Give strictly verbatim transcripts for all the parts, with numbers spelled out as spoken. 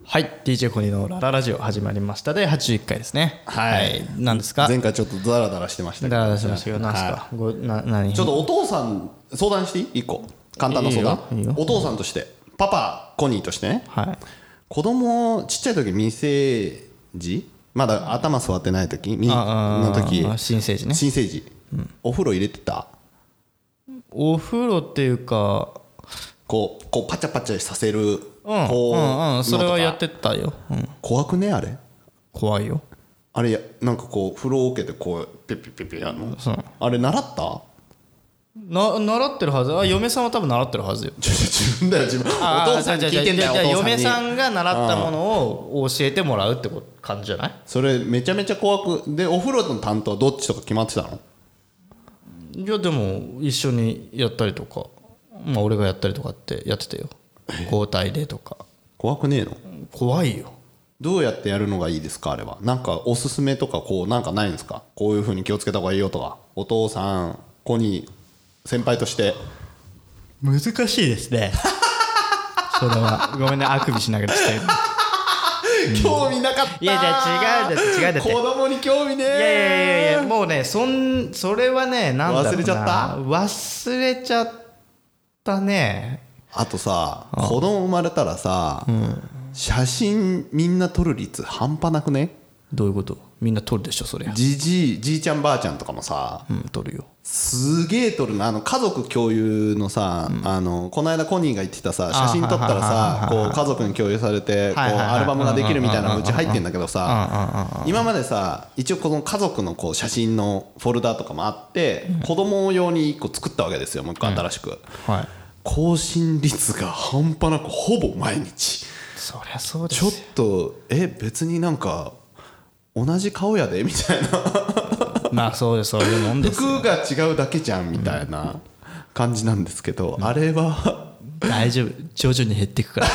はい、ディージェー コニーのラララジオ始まりましたではちじゅういっかいですね。 はい、はい、 何ですか。 前回ちょっとダラダラしてましたけど、 ダラダラしてましたけど、何ですか、はい、ごな何ちょっとお父さん相談していい？いっこ簡単な相談。いいよいいよ。お父さんとしてパパコニーとしてね、はい、子供ちっちゃい時未成児まだ頭座ってない時の時新生児ね新生児、うん、お風呂入れてた？ お風呂っていうかこうこうパチャパチャさせる、うん、 こう、うんうん、それはやってたよ、うん、 怖くねあれ？ 怖いよあれ。なんかこう風呂桶でこうピッピッピッピッやるの、あれ習った？ な習ってるはず。あ、嫁さんは多分習ってるはずよ。 自分だよ自分。お父さんに聞いてんだよ。お父さんに。 嫁さんが習ったものを教えてもらうって感じじゃない？ それめちゃめちゃ怖くで、お風呂の担当どっちとか決まってたの？ いやでも一緒にやったりとか、まあ俺がやったりとかってやってたよ。交代でとか。 怖くねえの？怖いよ。 どうやってやるのがいいですかあれは？なんかおすすめとかこうなんかないんですか？こういう風に気をつけた方がいいよとか。お父さん子に先輩として難しいですねそれはごめんね、あくびしながらしてる興味なかった。 いや違うんです違うんです子供に興味ねえ。 いやいやいやいやもうねそんそれはねなんだろうな、 忘れちゃった？ 忘れちゃったね。 あとさ、子供生まれたらさ、うん、写真みんな撮る率半端なくね？ どういうこと？みんな撮るでしょそれ。 じじいじいちゃんばあちゃんとかもさ、 うん、撮るよ。 すげえ撮るな。あの家族共有のさ、うん、あのこの間コニーが言ってたさ、写真撮ったらさこう家族に共有されてこうアルバムができるみたいなのうち入ってんだけどさ、今までさ一応この家族のこう写真のフォルダとかもあって、うん、子供用にいっこ作ったわけですよ。もういっこ新しく、うん、はい、更新率が半端なくほぼ毎日。 そりゃそうですよ。 ちょっとえ別になんか同じ顔やでみたいなまあそうです、そういうもんですよ。 服が違うだけじゃんみたいな感じなんですけど、うん、あれは大丈夫、徐々に減っていくから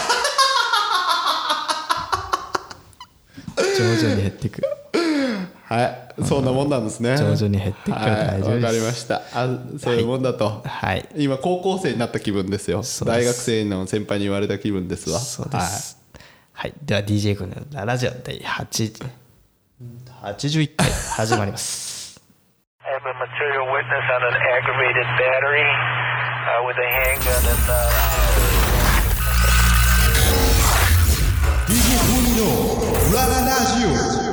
徐々に減っていく。 はい、そんなもんなんですね。 徐々に減っていくから大丈夫です。 わ、はい、かりました。あ、そういうもんだと、はい、今高校生になった気分ですよ。大学生の先輩に言われた気分ですわ。 そうです、はいはい、では ディージェー 君のラジオ第はちはちじゅういっかい始まります。 ディージェー コニーのラララジオ。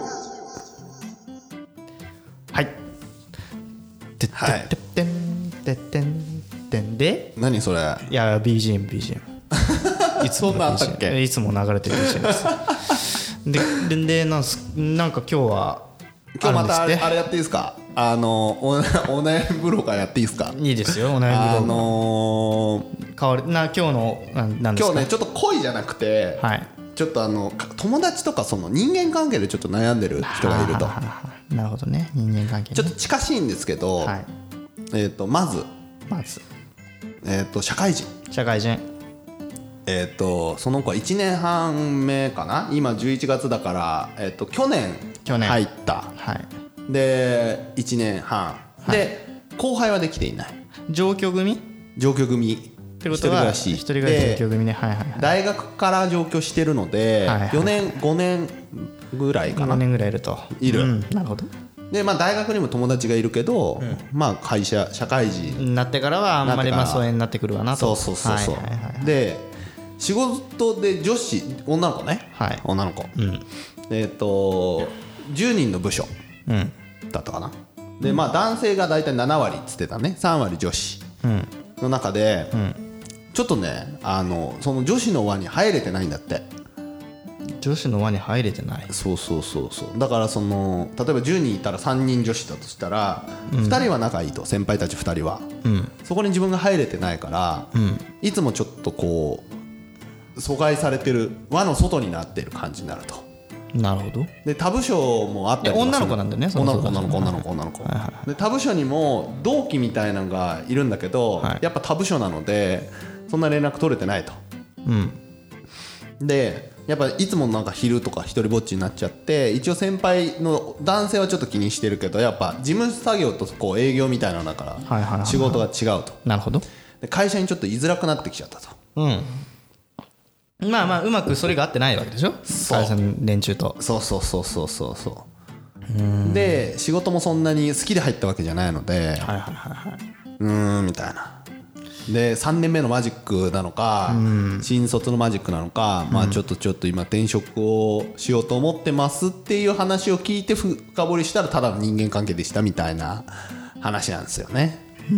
はい。てってってってんてってんてんで。 何それ？ いや ビージーエム ビージーエム。いつもあったっけ？ いつも流れてる ビージーエム です。ででなんすなんか今日は今日またあれやっていいですか？あの お, お悩みブロガーやっていいですか？ いいですよ、お悩みブロガー。 あのー、変わりな今日のなんですか？ 今日ねちょっと恋じゃなくて、はい、ちょっとあの友達とかその人間関係でちょっと悩んでる人がいると。 なるほどね、人間関係、ね、 ちょっと近しいんですけど、はい、えーとまずまずえーと社会人社会人えー、とその子はいちねんはんめかな。今じゅういちがつだから、えー、と去年入った、はい、でいちねんはん、はい、で後輩はできていない。 上京組上京組ってことは一人暮らし上京組ね、はいはいはい、 大学から上京してるので、はいはい、よねんごねんぐらいかな、 ごねんぐらいいるといる、うん、 なるほど。 でまあ、大学にも友達がいるけど、うん、まあ会社社会人になってからはあんまりまあ疎遠になってくるわなと。 そうそうそうそう、はいはいはいはい、で仕事で女子女の子ね、はい、女の子、うん、えっとじゅうにんの部署だったかな、うん、でまあ男性が大体ななわりっつってたね。さんわり女子の中で、うん、ちょっとねあのその女子の輪に入れてないんだって。 女子の輪に入れてない。 そうそうそうそう。だからその例えばじゅうにんいたらさんにん女子だとしたら、うん、ふたりは仲いいと、先輩たちふたりは、うん、そこに自分が入れてないから、うん、いつもちょっとこう阻害されてる、輪の外になってる感じになると。 なるほど。 で他部署もあったりとか、 女の子なんだね。 女の子女の子女の子女の子、はいはい、で他部署にも同期みたいなのがいるんだけど、はい、やっぱ他部署なのでそんな連絡取れてないと、うん、でやっぱいつもなんか昼とか一人ぼっちになっちゃって、一応先輩の男性はちょっと気にしてるけど、やっぱ事務作業とこう営業みたいなのだから仕事が違うと。 なるほど。 で会社にちょっと居づらくなってきちゃったと、うん、 まあまあうまくそれが合ってないわけでしょ、会社の連中と。 そうそうそうそうそうそうで仕事もそんなに好きで入ったわけじゃないので、はいはいはいはい、うーんみたいなでさんねんめのマジックなのか、うん、新卒のマジックなのか、うん、まあちょっとちょっと今転職をしようと思ってますっていう話を聞いて深掘りしたらただの人間関係でしたみたいな話なんですよね、うん、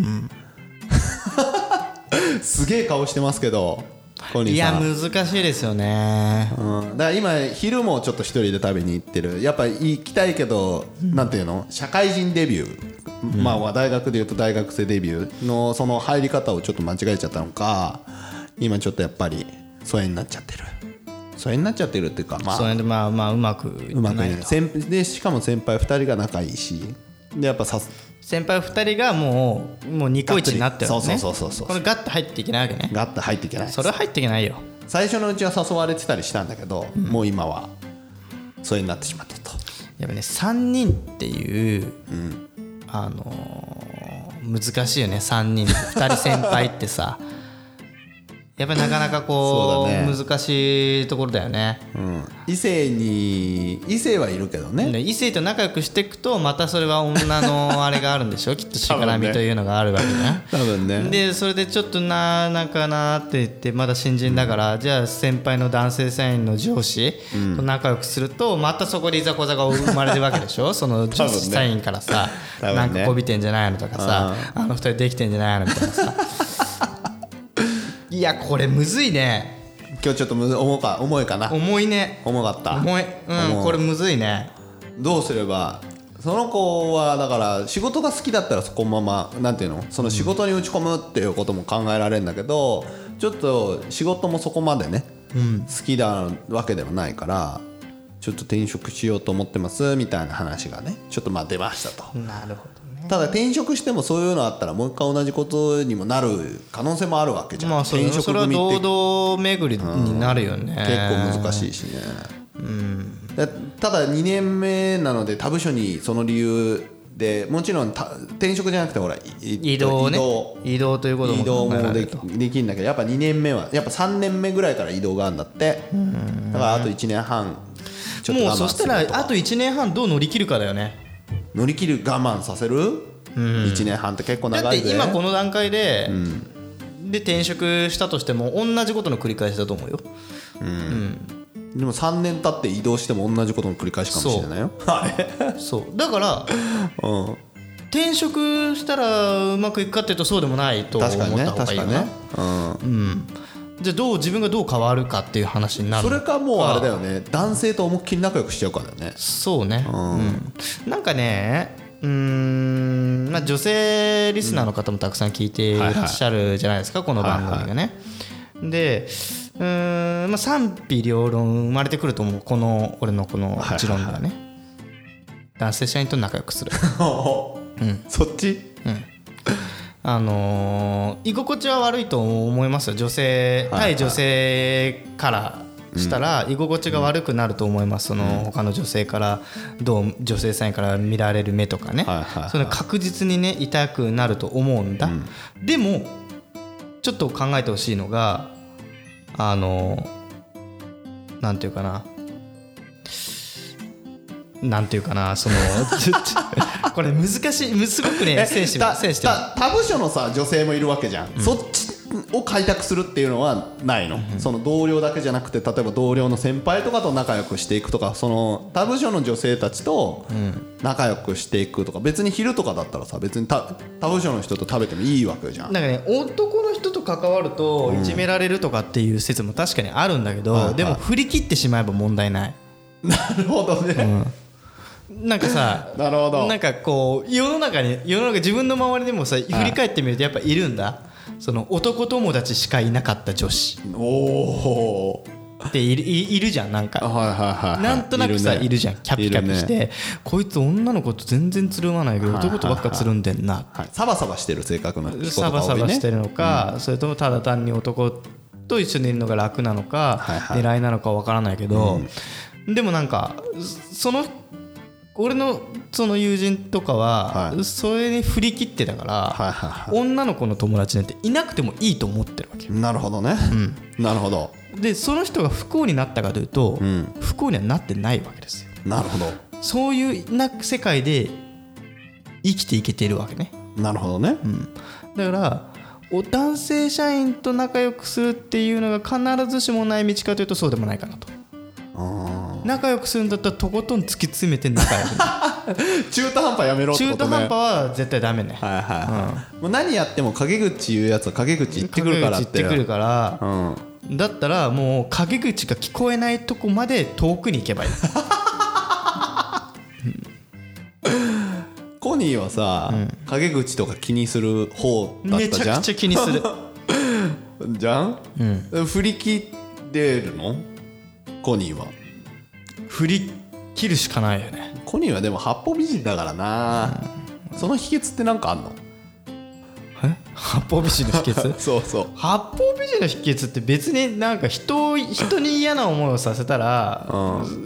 すげえ顔してますけどコニーさん。 いや難しいですよね、 うん、だから今昼もちょっと一人で食べに行ってる。やっぱ行きたいけど、うん、なんていうの社会人デビュー、うん、まあ大学でいうと大学生デビューのその入り方をちょっと間違えちゃったのか今ちょっとやっぱり疎遠になっちゃってる疎遠になっちゃってるっていうかまあ疎遠でまあまあうまくいかないと。 でしかも先輩ふたりが仲いいしでやっぱさ先輩ふたりがもうもうニコイチになってるんですね。 そうそうそうそう。 これガッと入っていけないわけね。 ガッと入っていけない。 それは入っていけないよ。 最初のうちは誘われてたりしたんだけど、うん、もう今はそれになってしまったと。 やっぱねさんにんっていう、うん、あのー、難しいよね。さんにんふたり先輩ってさやっぱりなかなかこう、ね、難しいところだよね、 うん、異性に異性はいるけどね。 異性と仲良くしていくとまたそれは女のあれがあるんでしょきっとしがらみというのがあるわけじゃん多分ね。 でそれでちょっとななんかなって言ってまだ新人だから、うん、じゃあ先輩の男性社員の上司と仲良くするとまたそこでいざこざが生まれるわけでしょその女子社員からさ、ね、なんかこびてんじゃないのとかさ あ, あの二人できてんじゃないのみたいなさいやこれむずいね。 今日ちょっとむず重か重いかな。 重いね。 重かった。 重い。うんこれむずいね。 どうすればその子はだから仕事が好きだったらそこのままなんていうのその仕事に打ち込むっていうことも考えられるんだけど、うん、ちょっと仕事もそこまでね、うん、好きなわけではないからちょっと転職しようと思ってますみたいな話がねちょっとまあ出ましたと。 なるほど。 ただ転職してもそういうのあったらもう一回同じことにもなる可能性もあるわけじゃん。 まあそれ、転職組ってそれは堂々巡りになるよね、 うん、結構難しいしね、うん、ただにねんめなので他部署にその理由でもちろん転職じゃなくてほら移動ね移動ということも移動もでき、できるんだけどやっぱにねんめはやっぱさんねんめぐらいから移動があるんだって。だからあといちねんはんちょっと我慢すると。もうそしたらあといちねんはんどう乗り切るかだよね。 乗り切る我慢させる、うん、いちねんはんって結構長いで。 だって今この段階で、うん、で転職したとしても同じことの繰り返しだと思うよ、うんうん、でもさんねん経って移動しても同じことの繰り返しかもしれないよ。 そうそうだから、うん、転職したらうまくいくかっていうとそうでもないと思った方がいいよね。確かにね、うんうんじゃあどう自分がどう変わるかっていう話になる。 それかもうあれだよね男性と思いっきり仲良くしちゃうからだよね。 そうね、うんうん、なんかねうーん、まあ、女性リスナーの方もたくさん聞いていらっしゃるじゃないですか、うんはいはい、この番組がね、はいはい、でうーん、まあ、賛否両論生まれてくると思うこの俺のこの持論ではね、はいはいはい、男性社員と仲良くする、 うん、そっち、うんあのー、居心地は悪いと思いますよ。女性対女性からしたら居心地が悪くなると思います。その他の女性からどう女性社員から見られる目とかね、それ確実にね痛くなると思うんだ、うん、でもちょっと考えてほしいのがあのー、なんていうかななんていうかなそのこれ難しいすごくねセンシティブセンシティブ他部署のさ女性もいるわけじゃん、うん、そっちを開拓するっていうのはないの、うん、その同僚だけじゃなくて例えば同僚の先輩とかと仲良くしていくとかその他部署の女性たちと仲良くしていくとか別に昼とかだったらさ別に他部署の人と食べてもいいわけじゃん。 なんかね男の人と関わるといじめられるとかっていう説も確かにあるんだけど、うん、でも振り切ってしまえば問題ない。 なるほどね、うんなんかさなるほどなんかこう世の中に世の中自分の周りでもさ振り返ってみるとやっぱいるんだ。その男友達しかいなかった女子おーっている、いるじゃんなんか、はいはいはいはい、なんとなくさ いる,、ね、いるじゃんキャピキャピして、ね、こいつ女の子と全然つるまないけど男とばっかつるんでんな、はいはいはい、 サバサバしてる性格の人とか多いね。 サバサバしてるのか、うん、それともただ単に男と一緒にいるのが楽なのか、はいはい、狙いなのかわからないけど、うん、でもなんかその俺のその友人とかは、 はい、 それに振り切ってたから、 はいはいはい、 女の子の友達なんていなくてもいいと思ってるわけよ。 なるほどね、うん、なるほど。 でその人が不幸になったかというと、うん、不幸にはなってないわけですよ。 なるほど。 そういうな世界で生きていけているわけね。 なるほどね、 うん、だからお男性社員と仲良くするっていうのが必ずしもない道かというとそうでもないかなと。仲良くするんだったらとことん突き詰めて仲良く中途半端やめろってことね。 中途半端は絶対ダメね。 はいはいはい、うん、もう何やっても陰口言うやつは陰口言ってくるからって。 陰口言ってくるから、うん、だったらもう陰口が聞こえないとこまで遠くに行けばいいコニーはさ、うん、陰口とか気にする方だったじゃん。めちゃくちゃ気にするじゃん、うん、振り切れるのコニーは。 振り切るしかないよね。 コニーはでも八方美人だからな、うん、その秘訣って何かあんの？ え八方美人の秘訣そうそう、 八方美人の秘訣って別になんか人を人に嫌な思いをさせたら、うん、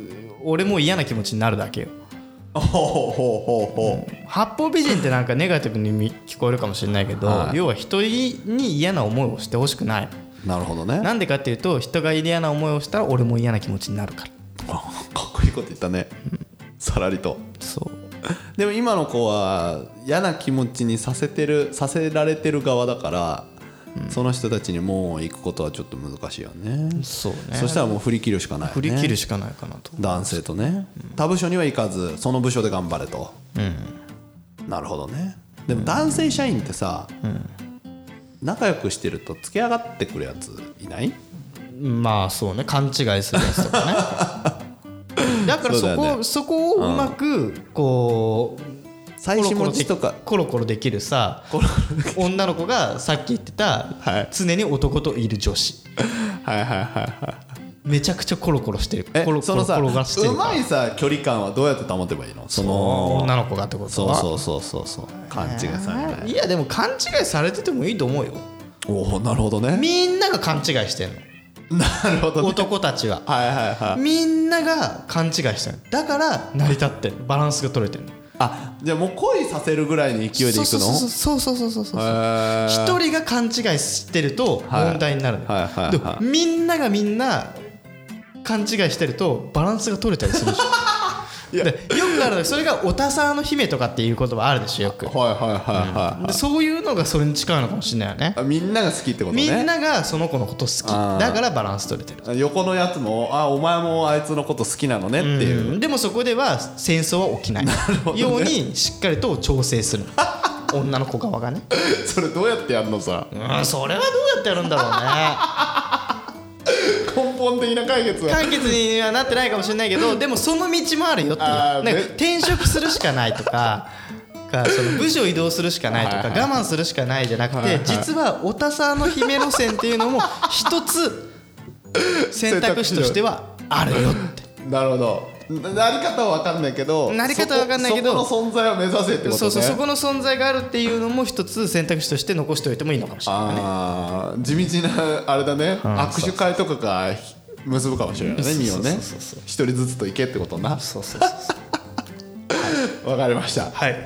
俺も嫌な気持ちになるだけよ。 ほうほうほうほう、 うん、八方美人ってなんかネガティブに聞こえるかもしれないけど、はい、要は人に嫌な思いをしてほしくない。 なるほどね。 なんでかっていうと人が嫌な思いをしたら俺も嫌な気持ちになるから。 あ、かっこいいこと言ったね、うん、さらりと。そうでも今の子は嫌な気持ちにさせてるさせられてる側だから、うん、その人たちにもう行くことはちょっと難しいよね。そうね。そしたらもう振り切るしかないよね。 振り切るしかないかなと。 男性とね、うん、他部署には行かずその部署で頑張れと、うん、なるほどね。でも男性社員ってさ、うん、仲良くしてると付け上がってくるやついない？ まあそうね、勘違いするやつとかねだからそこ、ね、そこをうまくこう妻子持ちとかコロコロできるさ女の子がさっき言ってた、はい、常に男といる女子はいはいはいはいめちゃくちゃコロコロしてる。コロコロ転がしてる。 うまいさ距離感はどうやって保てばいいの？その女の子がってこと？ そうそうそうそうそう、勘違いされない。 いやでも勘違いされててもいいと思うよ。 おお、なるほどね。 みんなが勘違いしてんの。 なるほど、ね、 男たちは、 はいはいはい、 みんなが勘違いしてる。だから成り立ってる、バランスが取れてる。 あ、じゃあもう恋させるぐらいの勢いでいくの？そうそうそうそうそうそうそう。一人が勘違いしてると問題になるのよ、はいはいはいはい、でもみんながみんな勘違いしてるとバランスが取れたりするでしょいやでよくあるのそれがおたさの姫とかっていう言葉あるでしょよく。はいはいはいはい、うん、でそういうのがそれに近いのかもしれないよね。 みんなが好きってことね。 みんながその子のこと好きだからバランス取れてる。 横のやつもあお前もあいつのこと好きなのねっていう、 うん、でもそこでは戦争は起きない、ね、ようにしっかりと調整する女の子側がねそれどうやってやるのさ、 うん、それはどうやってやるんだろうね根本的な解決は解決にはなってないかもしれないけどでもその道もあるよっていう。なんか転職するしかないとかかその部署移動するしかないとか我慢するしかないじゃなくて実はおたさの姫路線っていうのも一つ選択肢としてはあるよってなるほど。なり方は分かんないけどなり方は分かんないけどそこの存在を目指せってことね。 そうそう、そこの存在があるっていうのも一つ選択肢として残しておいてもいいのかもしれないね。あ地道なあれだね、うん、握手会とかが結ぶかもしれないね。みをね一人ずつと行けってことな。そうそうそうそう分かりました。はい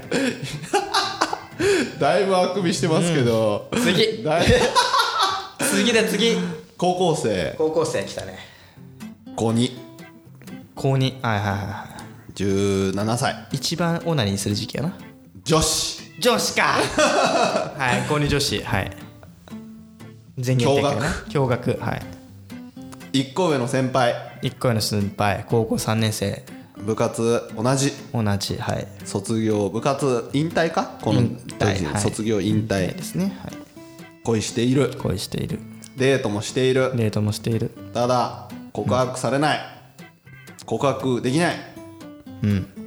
だいぶあくびしてますけど、 うん、次だい次だ次高校生高校生来たね。 高に高にはいはいはい。 じゅうななさい一番オナニーする時期やな。 女子女子かはい高に女子はい全言撤回な共学はいいっこ上の先輩いっこ上の先輩高校さんねん生部活同じ同じはい卒業部活引退かこの時、はい、卒業引退ですね、はい、 恋している恋しているデートもしているデートもしているただ告白されない、うん、告白できない、うん、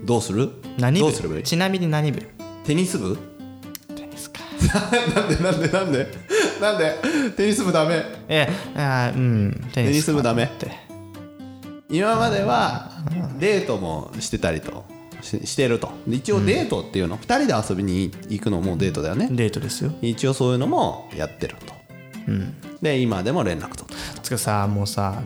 どうする何部どうすればいい？ ちなみに何部？ テニス部？ テニスかなんでなんでなんでなんでテニス部ダメ？ えあうんテニス部ダメって今まではデートもしてたりと し, してると一応デートっていうの、うん、ふたりで遊びに行くのもデートだよね。 デートですよ。 一応そういうのもやってると、うん、で今でも連絡とつかさもうさデー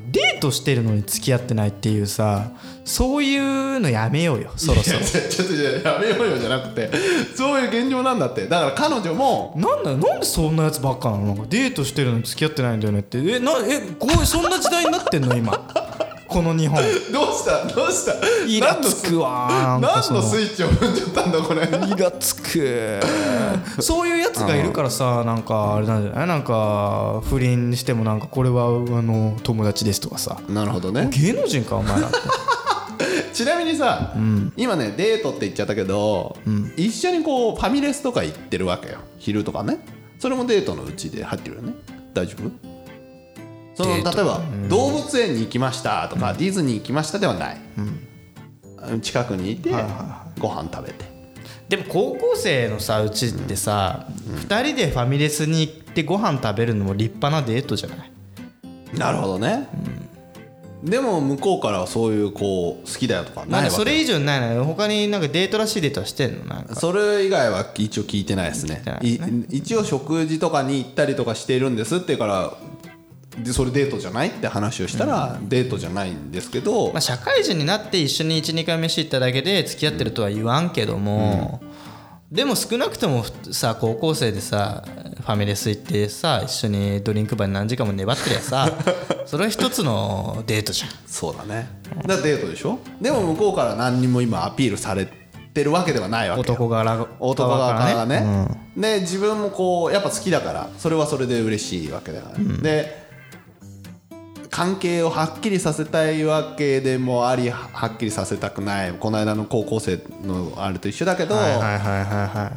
トしてるのに付き合ってないっていうさ、そういうのやめようよそろそろ。 ちょっとやめようよじゃなくて、そういう現状なんだって。だから彼女もなんだなんでそんなやつばっかなの。なんかデートしてるのに付き合ってないんだよねって。えなえこうそんな時代になってんの今この日本。 どうしたどうしたイラつくわ。 何のスイッチを踏んじゃったんだこれ。 イラつくそういうやつがいるからさ、なんかあれなんじゃない、なんか不倫してもなんかこれはあの友達ですとかさ。 なるほどね。 芸能人かお前らってちなみにさ、うん、今ねデートって言っちゃったけど、うん、一緒にこうファミレスとか行ってるわけよ、昼とかね。それもデートのうちで入ってるよね。大丈夫？その例えば、うん、動物園に行きましたとか、うん、ディズニー行きましたではない、うん、近くにいて、はいはいはい、ご飯食べて。 でも高校生のさうちってさ、うん、ふたりでファミレスに行ってご飯食べるのも立派なデートじゃない？ なるほどね、うん、でも向こうからはそういうこう好きだよとかないわけ？ それ以上ないの？他になんかデートらしいデートはしてんの？なんかそれ以外は一応聞いてないですね。い一応食事とかに行ったりとかしているんですって言うからで、それデートじゃないって話をしたら、うん、デートじゃないんですけど、 まあ、社会人になって一緒に いち,に 回飯行っただけで付き合ってるとは言わんけども、うん、でも少なくともさ高校生でさファミレス行ってさ一緒にドリンクバーに何時間も粘ってりゃさそれは一つのデートじゃん。 そうだね。だからデートでしょ。でも向こうから何にも今アピールされてるわけではないわけよ。 男側が男側からね、うん、で自分もこうやっぱ好きだからそれはそれで嬉しいわけだから、うん、で関係をはっきりさせたいわけでもありはっきりさせたくない、この間の高校生のあれと一緒だけど、はいはいはいはいはい、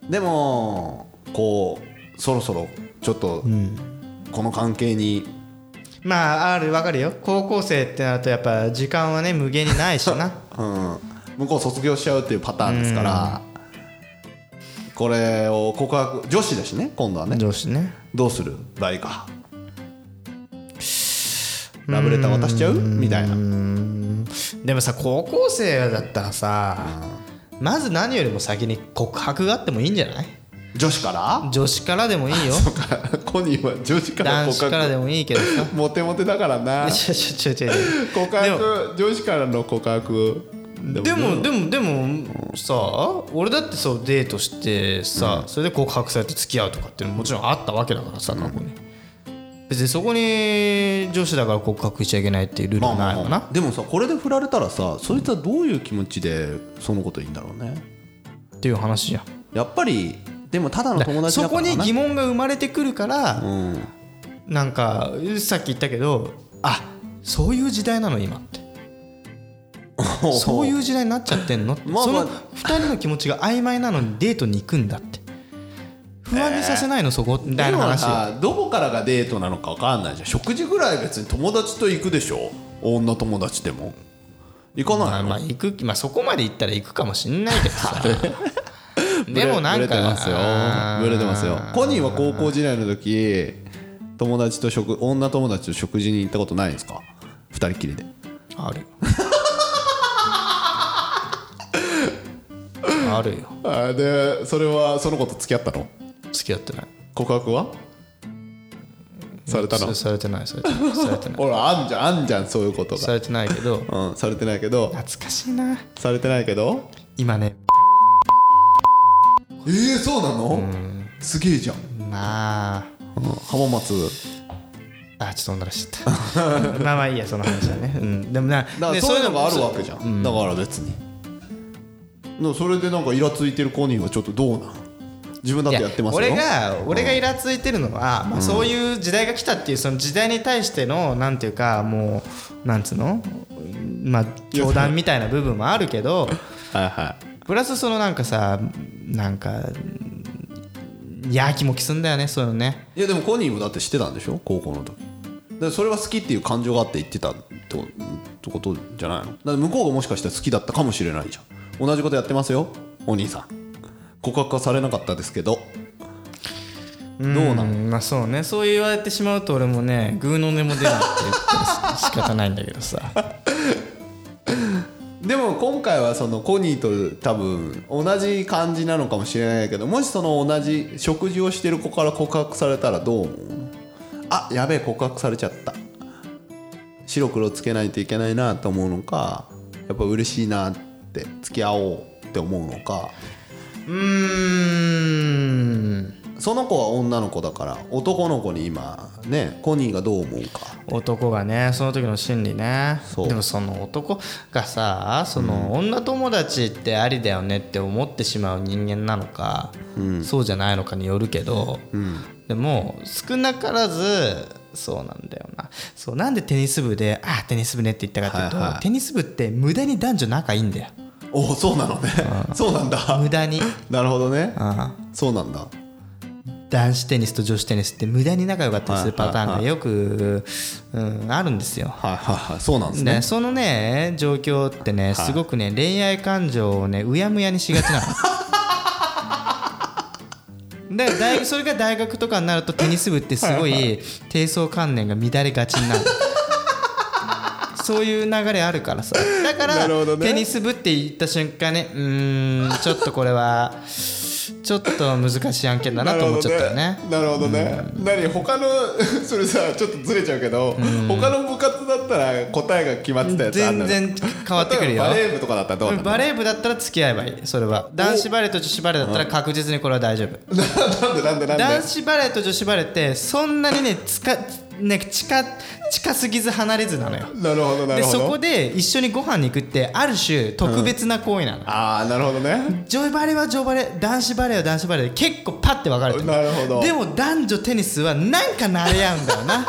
でもこうそろそろちょっとこの関係に、 うん、まあある分かるよ。高校生ってなるとやっぱ時間はね無限にないしな、 うん、向こう卒業しちゃうっていうパターンですから、うん、これを告白女子だしね今度はね。 女子ね。 どうする？大かラブレター渡しちゃうみたいな。 でもさ高校生だったらさ、うん、まず何よりも先に告白があってもいいんじゃない？ 女子から？ 女子からでもいいよ。 そうかコニーは女子から告白。 男子からでもいいけどさモテモテだからな。 ちょちょちょちょ告白女子からの告白でもでもでもさ俺だってそうデートしてさ、うん、それで告白されて付き合うとかっていうのももちろんあったわけだからさ過去に、別にそこに女子だから告白しちゃいけないっていうルールはないわな、まあまあ、 でもさこれで振られたらさそいつはどういう気持ちでそのこと言うんだろうねっていう話じゃん。 やっぱりでもただの友達だからな。 そこに疑問が生まれてくるから、うん、なんかさっき言ったけどあそういう時代なの今ってそういう時代になっちゃってんのって、まあまあ、そのふたりの気持ちが曖昧なのにデートに行くんだって不安にさせないの、えー、そこみたいな話。 でもさどこからがデートなのか分かんないじゃん。食事ぐらい別に友達と行くでしょ。女友達でも行かないの？まあ、まあ行く、まあ、そこまで行ったら行くかもしんないけどさでもなんかブレてますよブレてますよ。コニーは高校時代の時友達と食女友達と食事に行ったことないんですか？ふたりきりで。 あるあるよ。 あでそれはその子と付き合ったの？ 付き合ってない。 告白はされたの？ されてないされてないされてないほらあんじゃんあんじゃんそういうことがされてないけど、 うん、されてないけど懐かしいな。 されてないけど今ねえー、そうなの？うん、すげえじゃん。 まあ、 うん、浜松あちょっと飲んだらしちゃったまあまあいいやその話はね、うん、でもなだからそういうのがあるわけじゃん、うん、だから別にそれでなんかイラついてるコニーはちょっとどうなん？自分だってやってますよ。 俺が俺がイラついてるのは、うんまあ、そういう時代が来たっていうその時代に対してのなんていうかもうなんつうのまあ教団みたいな部分もあるけどはいはいプラスそのなんかさなんかやきもきすんだよねそういうのね。 いやでもコニーもだって知ってたんでしょ高校の時でそれは好きっていう感情があって言ってたってことじゃないの？だから向こうがもしかしたら好きだったかもしれないじゃん。同じことやってますよお兄さん。告白はされなかったですけどどうなの？ まあそうねそう言われてしまうと俺もねグーの音も出ないって言って仕方ないんだけどさでも今回はそのコニーと多分同じ感じなのかもしれないけどもしその同じ食事をしてる子から告白されたらどう思う？あやべえ告白されちゃった白黒つけないといけないなと思うのか、やっぱ嬉しいなって付き合おうって思うのか。 うーんその子は女の子だから男の子に今ねコニーがどう思うか。 男がねその時の心理ね。 そうでもその男がさその女友達ってありだよねって思ってしまう人間なのか、うん、そうじゃないのかによるけど、うん、でも少なからずそうなんだよな。そうなんでテニス部であテニス部ねって言ったかっていうと、はいはい、テニス部って無駄に男女仲いいんだよ。 おそうなのね、うん、そうなんだ無駄になるほどね、 うん、 そうなんだ。 男子テニスと女子テニスって無駄に仲良かったりするパターンがよく、うん、あるんですよ。 はいはいはい、そうなんですね。 ねそのね状況ってねすごくね恋愛感情をねうやむやにしがちなので大それが大学とかになるとテニス部ってすごい低層観念が乱れがちになるそういう流れあるからさ。だから、ね、テニス部って言った瞬間ねうーんちょっとこれはちょっと難しい案件だなと思っちゃったよね。 なるほどね。うん、何他のそれさちょっとずれちゃうけど、うん、他の部活だったら答えが決まってたやつあるの？ 全然変わってくるよ。 バレー部とかだったらどうなの？ バレー部だったら付き合えばいい。それは男子バレーと女子バレーだったら確実にこれは大丈夫。 なんでなんでなんで？ 男子バレーと女子バレーってそんなにねつかね近近すぎず離れずなのよ。 なるほどなるほど。 でそこで一緒にご飯に行くってある種特別な行為なの。 うん、ああなるほどね。 女バレーは女バレー男子バレーは男子バレーで結構パッて分かれてる。 なるほど。 でも男女テニスはなんか慣れ合うんだよな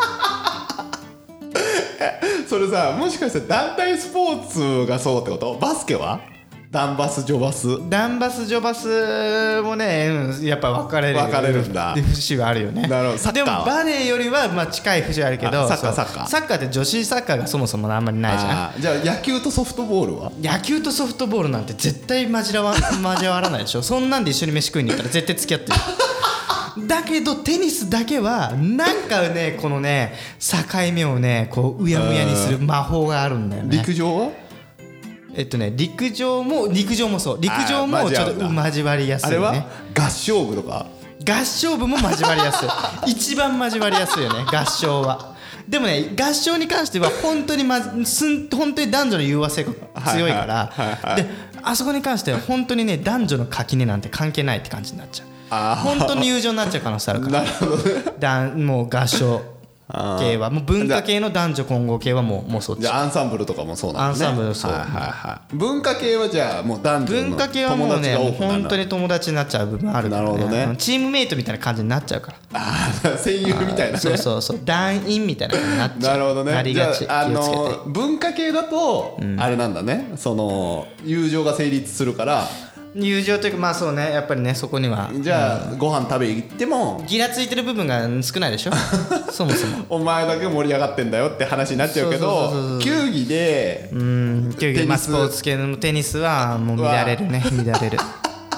それさもしかして団体スポーツがそうってこと？バスケは？ダンバス女バスダンバス女バスもね、うん、やっぱ分かれる分かれるんだ節はあるよね。 なるほど。サッカーはでもバレーよりはまあ近い節はあるけどサッカーサッカーサッカーって女子サッカーがそもそもあんまりないじゃん。 あじゃあ野球とソフトボールは？ 野球とソフトボールなんて絶対交わ交わらないでしょそんなんで一緒に飯食いに行ったら絶対付き合ってるだけどテニスだけはなんかねこのね境目をねこううやむやにする魔法があるんだよね。 陸上は？ えっとね陸上も陸上もそう陸上もちょっと交わりやすいよね。 あれは合唱部とか？ 合唱部も交わりやすい一番交わりやすいよね合唱は。でもね合唱に関しては本当にまず本当に男女の融和性が強いから、はいはいはいはい、であそこに関しては本当にね男女の垣根なんて関係ないって感じになっちゃう。あ本当に友情になっちゃう可能性あるから。 なるほどね。 だもう合唱系はもう文化系の男女混合系はもうもうそっち。 じゃあアンサンブルとかもそうなんですね。 アンサンブルそう、 はいはいはい、文化系はじゃあもう男女の友達が多くなる。 文化系はもうねもう本当に友達になっちゃう部分あるから、ね、 なるほどね。 チームメイトみたいな感じになっちゃうから。 あ戦友みたいなね。 そうそうそう団員みたいな感じになっちゃう。 なるほどね。 なりがち。 じゃあ、あの文化系だと、うん、あれなんだねその友情が成立するから友情というかまあそうねやっぱりねそこにはじゃあ、うん、ご飯食べ行ってもギラついてる部分が少ないでしょそもそもお前だけ盛り上がってんだよって話になっちゃうけど球技でうん球技まあスポーツ系のテニスはもう乱れるね乱れる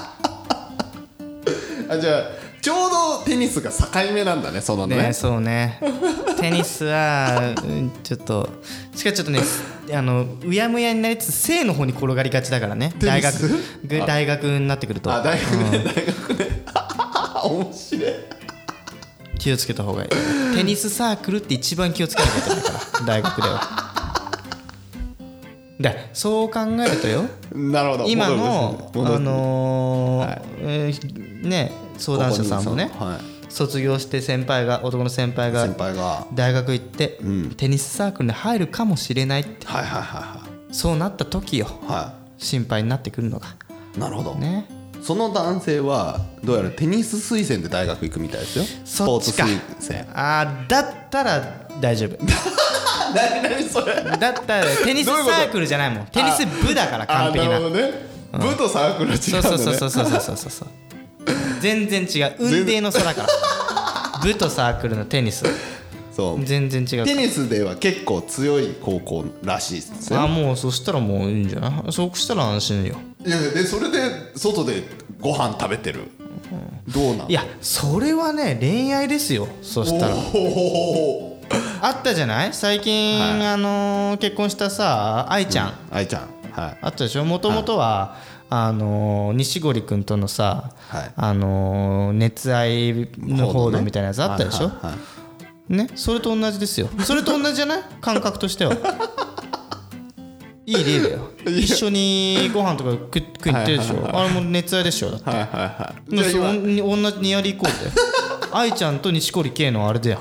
あじゃあちょうどテニスが境目なんだねそのね。 ねそうねテニスはちょっとしかしちょっとねあのうやむやになりつつ正の方に転がりがちだからね大学大学になってくると。 あ大学ね、うん、大学ね面白い。 気をつけた方がいい。テニスサークルって一番気をつけなきゃいけないから大学では。でそう考えるとよなるほど今の、あのーはいえー、ね相談者さんもね、はい、卒業して先輩が男の先輩が大学行って、うん、テニスサークルに入るかもしれないって、はいはいはいはい、そうなった時よ、はい、心配になってくるのが。 なるほど、ね、その男性はどうやらテニス推薦で大学行くみたいですよ。スポーツ推薦。 あだったら大丈夫何何それだったらテニスサークルじゃないもんテニス部だから完璧な。 あなるほどね、うん、部とサークルは違うんだね。 そうそうそうそうそうそうそう全然違う雲泥の差だから部とサークルのテニスそう全然違う。 テニスでは結構強い高校らしいですよ。 あもうそしたらもういいんじゃない。そうしたら安心よ。 いやでそれで外でご飯食べてる、うん、どうなん。 いやそれはね恋愛ですよ。そしたらあったじゃない最近、はい、あのー、結婚したさ愛ちゃん、 愛、うん、ちゃん、はい、 あったでしょ。もともとは、はい、あのー、西堀君とのさ、はい、あのー、熱愛の報道みたいなやつあったでしょ、はいはいはいはい、 ね、それと同じですよ。それと同じじゃない？感覚としてはいい例だよ。一緒にご飯とか食いに行ってるでしょ。あれも熱愛でしょ。だって、 はいはいはい、 じゃあ同じニアリーイコールで愛ちゃんと錦織圭のあれだよ。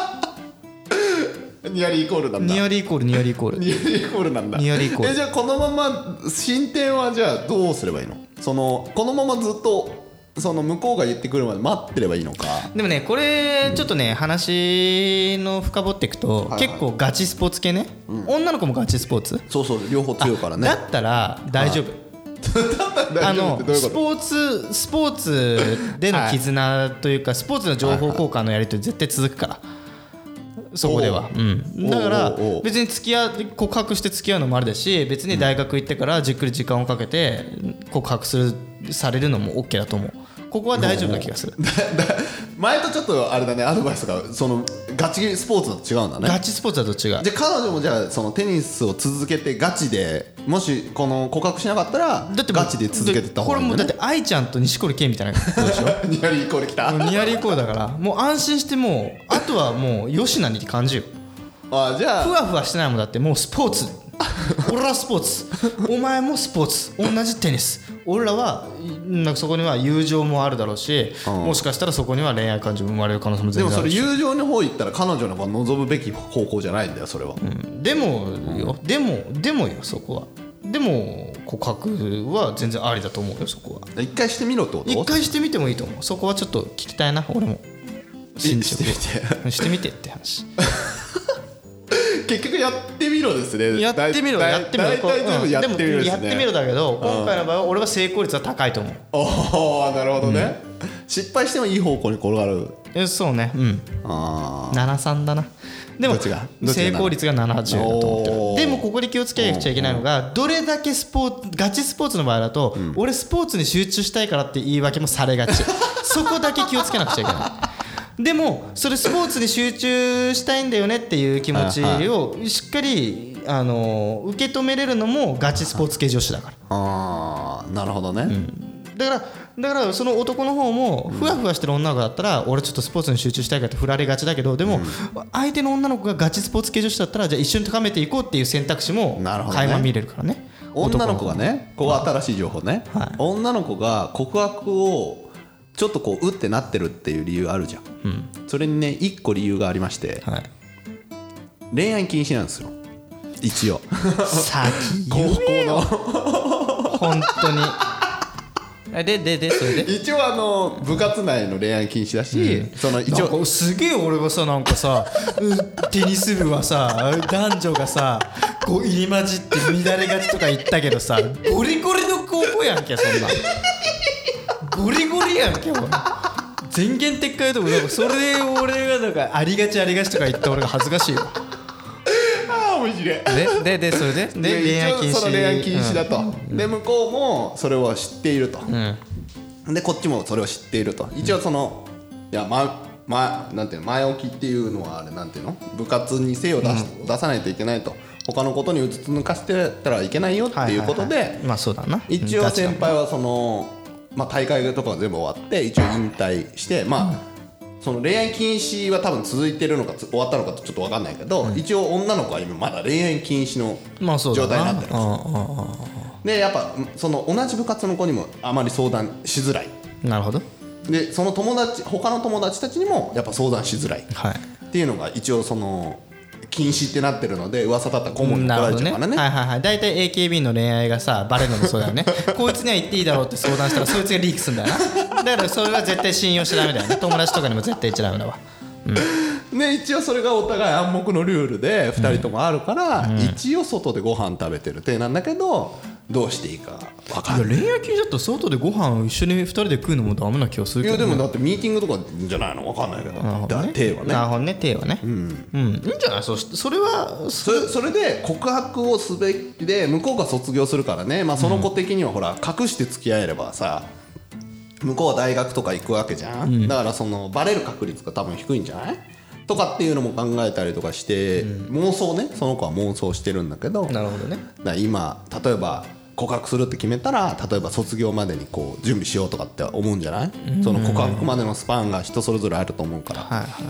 ニアリーイコールなんだ。 ニアリーイコールニアリーイコールニアリーイコールなんだ。 ニアリーイコール。 えじゃあこのまま進展はじゃあどうすればいいの？そのこのままずっとその向こうが言ってくるまで待ってればいいのか。 でもねこれちょっとね、うん、話の深掘っていくと、はいはい、結構ガチスポーツ系ね、うん、女の子もガチスポーツ。 そうそう両方強いからね。 だったら大丈夫、はい、あのスポーツスポーツでの絆というか、はい、スポーツの情報交換のやり取り絶対続くから、そこでは、うん、だから別に付き合う告白して付き合うのもあるだし、別に大学行ってからじっくり時間をかけて告白するされるのも OK だと思う。ここは大丈夫な気がする。 前とちょっとあれだね、アドバイスがそのガチスポーツだと違うんだね。 ガチスポーツだと違う。 じゃあ彼女もじゃあそのテニスを続けてガチで、もしこの告白しなかったらガチで続けてた方がいいんだね。 これもだって愛ちゃんと錦織圭みたいなことでしょ。 ニアリーイコールきた。 ニアリーイコールだからもう安心して、もうあとはもうよしなに感じよ。 あじゃあふわふわしてないもん。だってもうスポーツ俺らスポーツ、お前もスポーツ、同じテニス。俺らはなんかそこには友情もあるだろうし、うん、もしかしたらそこには恋愛感情も生まれる可能性も全然あるし。でもそれ友情の方行ったら彼女の方が望むべき方向じゃないんだよそれは、うん、でもよ、でもでもよそこは。でも告白は全然ありだと思うよそこは。 一回してみろってこと？ 一回してみてもいいと思う。そこはちょっと聞きたいな俺も。 してみてしてみてって話。 結局やってみろですね。 やってみろやってみろ。 大体全部やってみろですね。でもやってみろだけど、今回の場合は俺は成功率は高いと思う。 おおなるほどね、うん、失敗してもいい方向に転がる。 えそうね、うん。あななさんだな。でも成功率がななじゅうだと思ってる。でもここで気をつけなくちゃいけないのが、どれだけスポーツガチスポーツの場合だと、うん、俺スポーツに集中したいからって言い訳もされがち。そこだけ気をつけなくちゃいけない。でもそれスポーツに集中したいんだよねっていう気持ちをしっかりあの受け止めれるのもガチスポーツ系女子だから。 ああなるほどね、うん、 だからだからその男の方もふわふわしてる女の子だったら、俺ちょっとスポーツに集中したいからって振られがちだけど、でも相手の女の子がガチスポーツ系女子だったら、じゃあ一緒に高めていこうっていう選択肢も垣間見れるからね。 女の子がね、ここ新しい情報ね、はい、女の子が告白をちょっとこううってなってるっていう理由あるじゃん、うん、それにねいっこ理由がありまして、はい、恋愛禁止なんですよ一応。 先言えよ本当に。でででそれで一応あの部活内の恋愛禁止だし、うん、その一応すげえ俺がさなんかさテニス部はさ男女がさこう入り混じって乱れがちとか言ったけどさ、ゴリゴリの高校やんけそんな。ゴリゴリやんけ全言撤回とか、なんかそれで俺がなんかありがちありがちとか言った俺が恥ずかしいよ。 ああ面白い。 でででそれでで恋愛禁止。その恋愛禁止だと、うん、で向こうもそれを知っていると、うん、でこっちもそれを知っていると、一応そのいやままなんていうの前置きっていうのはあれなんていうの部活に精を出し、うん、出さないといけないと、他のことにうつつ抜かしてたらいけないよっていうことで、 まあそうだな。 一応先輩はそのまあ、大会とかが全部終わって一応引退して、まあ、その恋愛禁止は多分続いてるのか終わったのかちょっと分かんないけど、うん、一応女の子は今まだ恋愛禁止の状態になってるんですよ。でやっぱその同じ部活の子にもあまり相談しづらい。 なるほど。 でその友達他の友達たちにもやっぱ相談しづらい、はい、っていうのが一応その禁止ってなってるので、噂だったら顧問に怒られちゃうからね。 はいはいはい。大体 エーケービー の恋愛がさバレるのもそうだよね。こいつには言っていいだろうって相談したらそいつがリークするんだよな。だからそれは絶対信用しちゃダメだよね。友達とかにも絶対言っちゃダメだわ。 うん、で一応それがお互い暗黙のルールでふたりともあるから、うん、一応外でご飯食べてる体なんだけど、どうしていいか分かんない。 恋愛禁止だと外でご飯を一緒にふたりで食うのもダメな気がするけど、ね、 いやでもだってミーティングとかじゃないの分かんないけど、なるほどね、手はね。 なるほどね、手はね、うん、うん、いいんじゃない。そそれはそれそれで告白をすべきで、向こうが卒業するからね、まあ、その子的にはほら隠して付き合えればさ、向こうは大学とか行くわけじゃん、うん、だからそのバレる確率が多分低いんじゃないとかっていうのも考えたりとかして、うん、妄想ね、その子は妄想してるんだけど、 なるほどね。 だから今例えば告白するって決めたら、例えば卒業までにこう準備しようとかって思うんじゃない、うん、その告白までのスパンが人それぞれあると思うから、はいはい、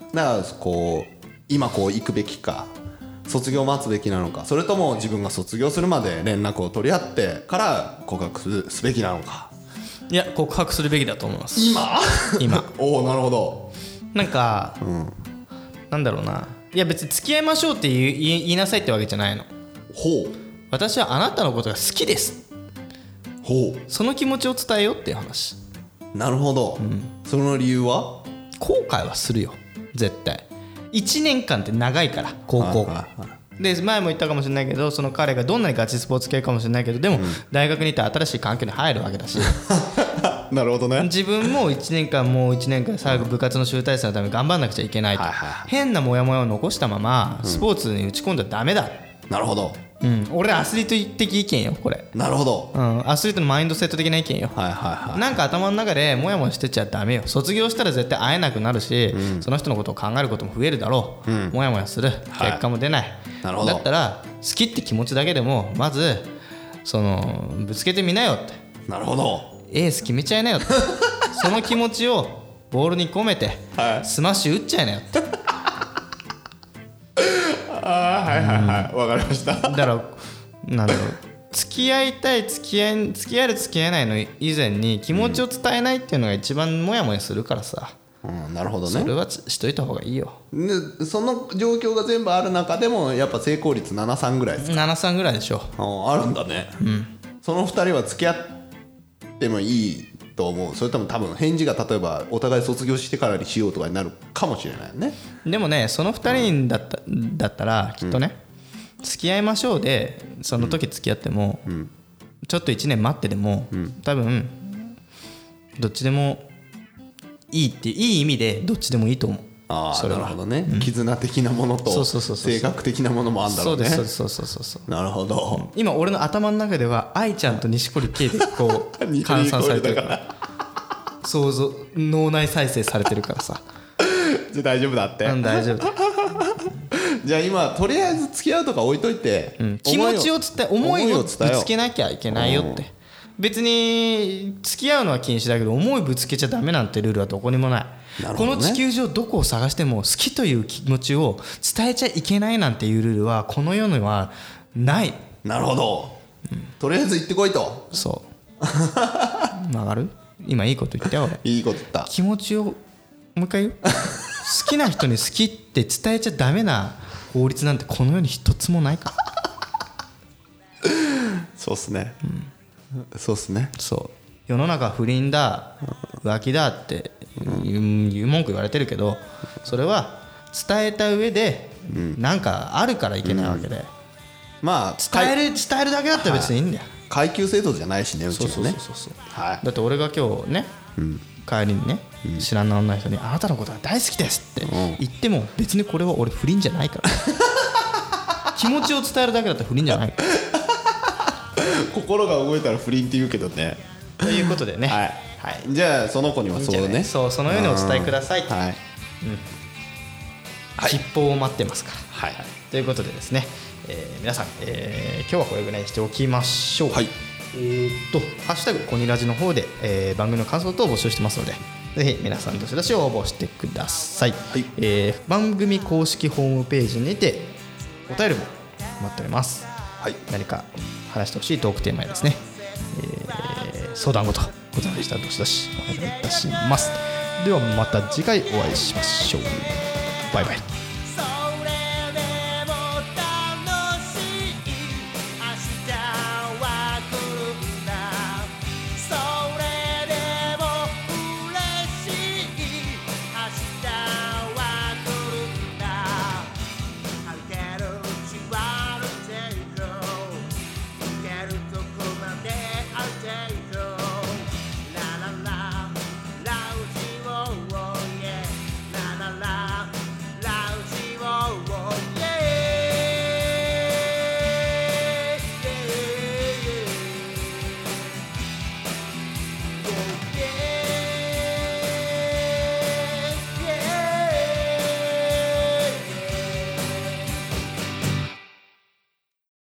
だからこう今こう行くべきか卒業を待つべきなのか、それとも自分が卒業するまで連絡を取り合ってから告白すべきなのか。 いや告白するべきだと思います。 今今おおなるほど。 なんか、うん、なんだろうな、いや別に付き合いましょうって言い、言いなさいってわけじゃないの。 ほう。 私はあなたのことが好きです。 ほう。 その気持ちを伝えようっていう話。 なるほど、うん、その理由は後悔はするよ絶対。いちねんかんって長いから高校で、前も言ったかもしれないけど、その彼がどんなにガチスポーツ系かもしれないけど、でも大学に行って新しい環境に入るわけだしなるほどね。 自分もいちねんかんもういちねんかん最後部活の集大成のために頑張んなくちゃいけないと、はいはいはい、変なモヤモヤを残したままスポーツに打ち込んじゃダメだ、 うん、なるほど、 うん、俺アスリート的意見よこれ。 なるほど、 うん、アスリートのマインドセット的な意見よ、はいはいはい、なんか頭の中でモヤモヤしてちゃダメよ。卒業したら絶対会えなくなるし、うん、その人のことを考えることも増えるだろう、うん、モヤモヤする、結果も出ない、はい、なるほど。だったら好きって気持ちだけでもまずそのぶつけてみなよって。 なるほど。 エース決めちゃいなよってその気持ちをボールに込めて、はい、スマッシュ打っちゃいなよってああはいはいはい、わ、うん、かりました。 だからなんだろう、付き合いたい付き合い付き合える付き合えないの以前に気持ちを伝えないっていうのが一番モヤモヤするからさ、 うん、なるほどね。 それはしといた方がいいよ。 でその状況が全部ある中でもやっぱ成功率ななさんぐらいですか。 ななさんぐらいでしょ。 あ, あるんだね、うん、そのふたりは付き合ってもいいと思う。それとも多分返事が例えばお互い卒業してからにしようとかになるかもしれないね。 でもねそのふたりだった、うん、だったらきっとね、うん、付き合いましょうでその時付き合っても、うん、ちょっといちねん待ってでも、うん、多分どっちでもいいっていい意味でどっちでもいいと思う。 ああなるほどね、うん、絆的なものと性格的なものもあるんだろうね。 そうですそうそうそうそうなるほど、 うん、今俺の頭の中では愛ちゃんと錦織圭でこう換算されてるから想像脳内再生されてるからさじゃあ大丈夫だって、 うん、大丈夫だじゃあ今とりあえず付き合うとか置いといて、 うん、気持ちを伝え思いをぶつけなきゃいけないよって。別に付き合うのは禁止だけど思いぶつけちゃダメなんてルールはどこにもない、ね、この地球上どこを探しても好きという気持ちを伝えちゃいけないなんていうルールはこの世にはない。 なるほど、うん、とりあえず行ってこいと。 そう曲がる今いいこと言ったよ俺。 いいこと言った。 気持ちをもう一回言う好きな人に好きって伝えちゃダメな法律なんてこの世に一つもないからそうっすね、うんそうっすね。 そう世の中不倫だ浮気だっていう、いう文句言われてるけどそれは伝えた上でなんかあるからいけないわけで、うん、まあ伝える伝えるだけだったら別にいいんだよ。 階級制度じゃないしねうちもね。 そうそうそうそう、はい、だって俺が今日ね、うん、帰りにね、うん、知らない女の人にあなたのことが大好きですって言っても別にこれは俺不倫じゃないから気持ちを伝えるだけだったら不倫じゃないから心が動いたら不倫って言うけどね。 ということでね、はいはい、じゃあその子にはそうね、 そうそのようにお伝えくださいと、はいうんはい、吉報を待ってますから、はい、ということでですね、えー、皆さん、えー、今日はこれぐらいにしておきましょう、はい、えー、っとハッシュタグコニラジの方で、えー、番組の感想等を募集してますのでぜひ皆さんどしどし応募してください、はいえー、番組公式ホームページにてお便りも待っております、はい、何か話してほしいトークテーマやですね、えー、相談事ございましたらどしどしお願いいたします。ではまた次回お会いしましょう。バイバイ。